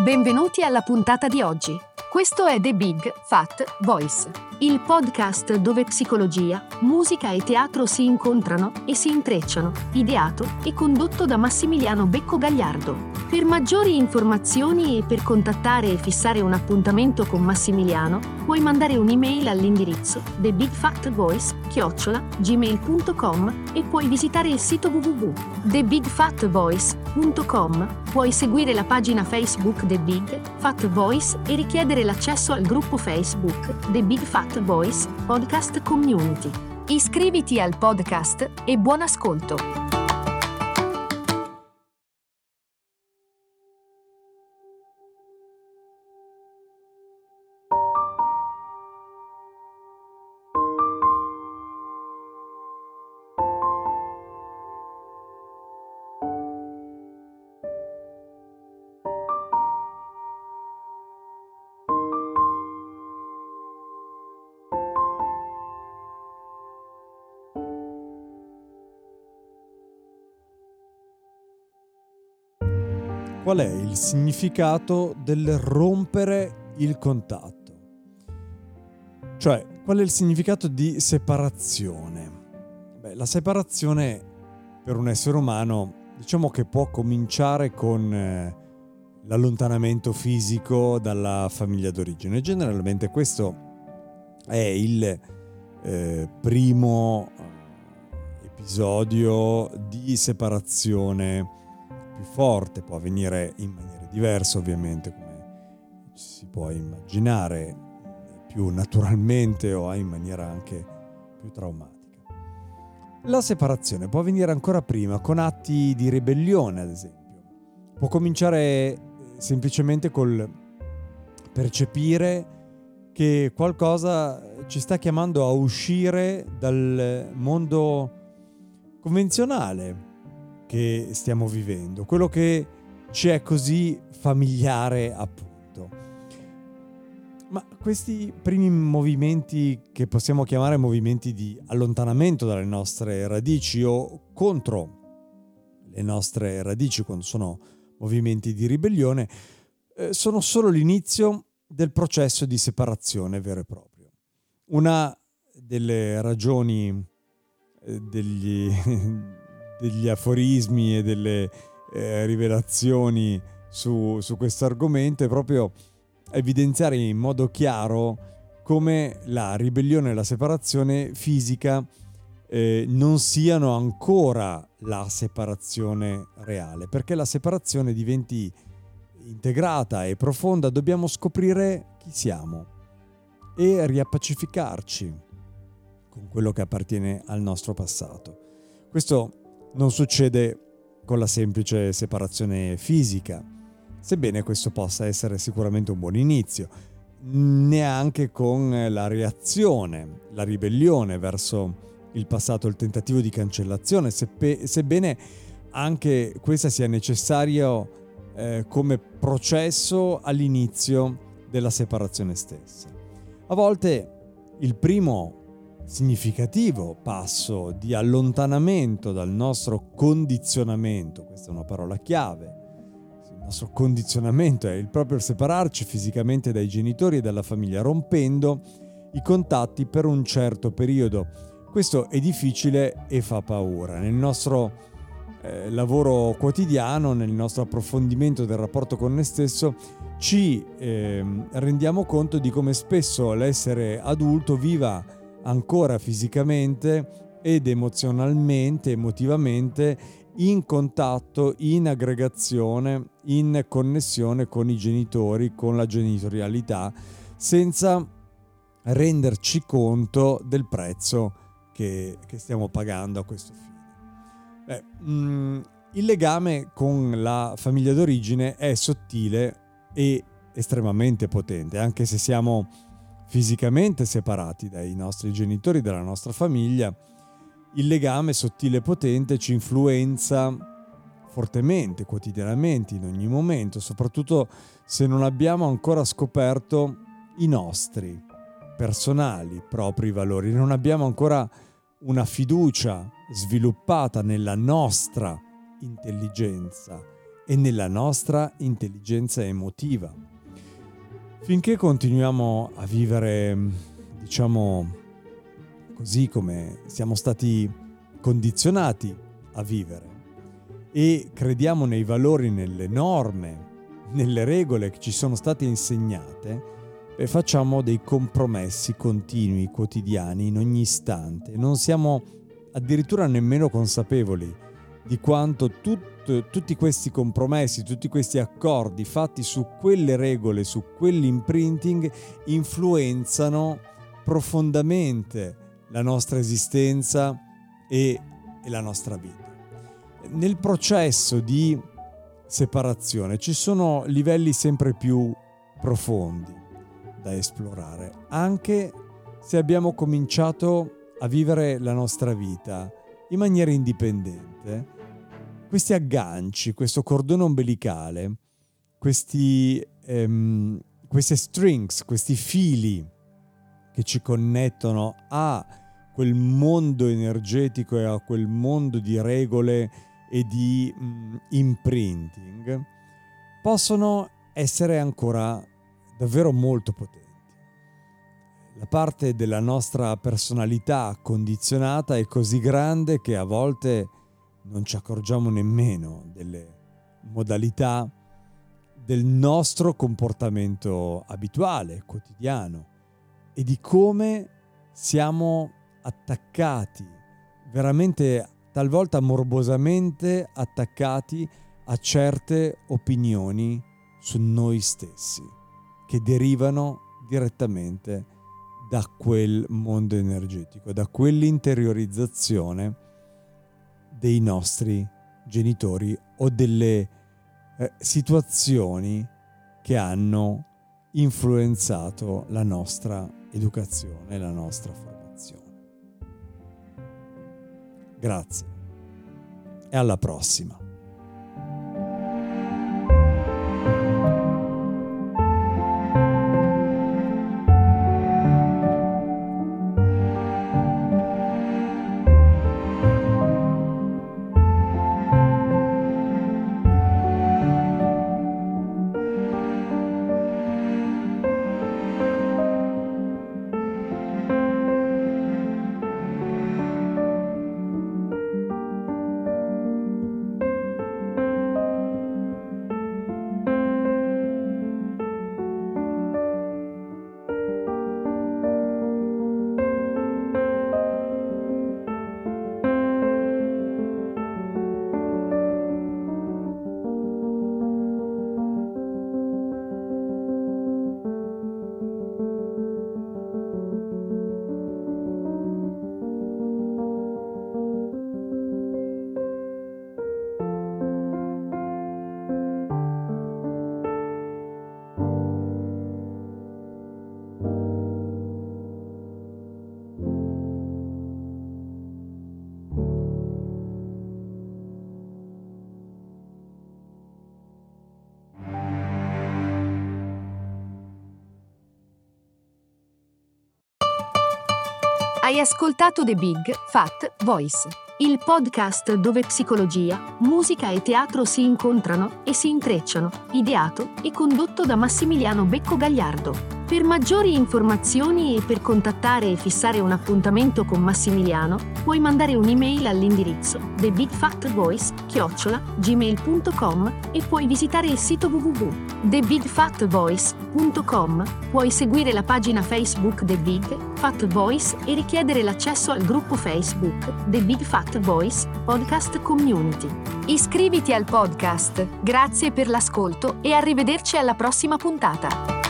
Benvenuti alla puntata di oggi. Questo è The Big Fat Voice, il podcast dove psicologia, musica e teatro si incontrano e si intrecciano, ideato e condotto da Massimiliano Becco Gagliardo. Per maggiori informazioni e per contattare e fissare un appuntamento con Massimiliano, puoi mandare un'email all'indirizzo thebigfatvoice@gmail.com e puoi visitare il sito www.thebigfatvoice.com. Puoi seguire la pagina Facebook The Big Fat Voice e richiedere l'accesso al gruppo Facebook The Big Fat Voice Podcast Community. Iscriviti al podcast e buon ascolto! Qual è il significato del rompere il contatto? Cioè, qual è il significato di separazione? La separazione per un essere umano, diciamo che può cominciare con l'allontanamento fisico dalla famiglia d'origine. Generalmente questo è il primo episodio di separazione più forte. Può avvenire in maniere diverse, ovviamente, come si può immaginare, più naturalmente o in maniera anche più traumatica. La separazione può avvenire ancora prima, con atti di ribellione, ad esempio. Può cominciare semplicemente col percepire che qualcosa ci sta chiamando a uscire dal mondo convenzionale che stiamo vivendo, quello che ci è così familiare, appunto. Ma questi primi movimenti, che possiamo chiamare movimenti di allontanamento dalle nostre radici o contro le nostre radici, quando sono movimenti di ribellione, sono solo l'inizio del processo di separazione vero e proprio. Una delle ragioni degli aforismi e delle rivelazioni su questo argomento è proprio evidenziare in modo chiaro come la ribellione e la separazione fisica non siano ancora la separazione reale. Perché la separazione diventi integrata e profonda, dobbiamo scoprire chi siamo e riappacificarci con quello che appartiene al nostro passato. Questo non succede con la semplice separazione fisica, sebbene questo possa essere sicuramente un buon inizio, neanche con la reazione, la ribellione verso il passato, il tentativo di cancellazione, sebbene anche questa sia necessaria come processo all'inizio della separazione stessa. A volte il primo significativo passo di allontanamento dal nostro condizionamento, questa è una parola chiave, il nostro condizionamento è proprio il separarci fisicamente dai genitori e dalla famiglia, rompendo i contatti per un certo periodo. Questo è difficile e fa paura. Nel nostro lavoro quotidiano, nel nostro approfondimento del rapporto con noi stesso, ci rendiamo conto di come spesso l'essere adulto viva ancora fisicamente ed emozionalmente, emotivamente, in contatto, in aggregazione, in connessione con i genitori, con la genitorialità, senza renderci conto del prezzo che stiamo pagando a questo fine. Il legame con la famiglia d'origine è sottile e estremamente potente, anche se siamo fisicamente separati dai nostri genitori, dalla nostra famiglia. Il legame sottile e potente ci influenza fortemente, quotidianamente, in ogni momento, soprattutto se non abbiamo ancora scoperto i nostri personali propri valori, non abbiamo ancora una fiducia sviluppata nella nostra intelligenza e nella nostra intelligenza emotiva. Finché continuiamo a vivere, diciamo così, come siamo stati condizionati a vivere, e crediamo nei valori, nelle norme, nelle regole che ci sono state insegnate, e facciamo dei compromessi continui, quotidiani, in ogni istante. Non siamo addirittura nemmeno consapevoli di quanto tutti questi compromessi, tutti questi accordi fatti su quelle regole, su quell'imprinting, influenzano profondamente la nostra esistenza e la nostra vita. Nel processo di separazione ci sono livelli sempre più profondi da esplorare, anche se abbiamo cominciato a vivere la nostra vita in maniera indipendente. Questi agganci, questo cordone ombelicale, queste strings, questi fili che ci connettono a quel mondo energetico e a quel mondo di regole e di imprinting, possono essere ancora davvero molto potenti. La parte della nostra personalità condizionata è così grande che a volte non ci accorgiamo nemmeno delle modalità del nostro comportamento abituale, quotidiano, e di come siamo attaccati, veramente talvolta morbosamente attaccati a certe opinioni su noi stessi, che derivano direttamente da quel mondo energetico, da quell'interiorizzazione dei nostri genitori o delle situazioni che hanno influenzato la nostra educazione, la nostra formazione. Grazie e alla prossima. Hai ascoltato The Big Fat Voice, il podcast dove psicologia, musica e teatro si incontrano e si intrecciano, ideato e condotto da Massimiliano Becco Gagliardo. Per maggiori informazioni e per contattare e fissare un appuntamento con Massimiliano, puoi mandare un'email all'indirizzo thebigfatvoice@gmail.com e puoi visitare il sito www.thebigfatvoice.com. Puoi seguire la pagina Facebook The Big Fat Voice e richiedere l'accesso al gruppo Facebook The Big Fat Voice Podcast Community. Iscriviti al podcast. Grazie per l'ascolto e arrivederci alla prossima puntata.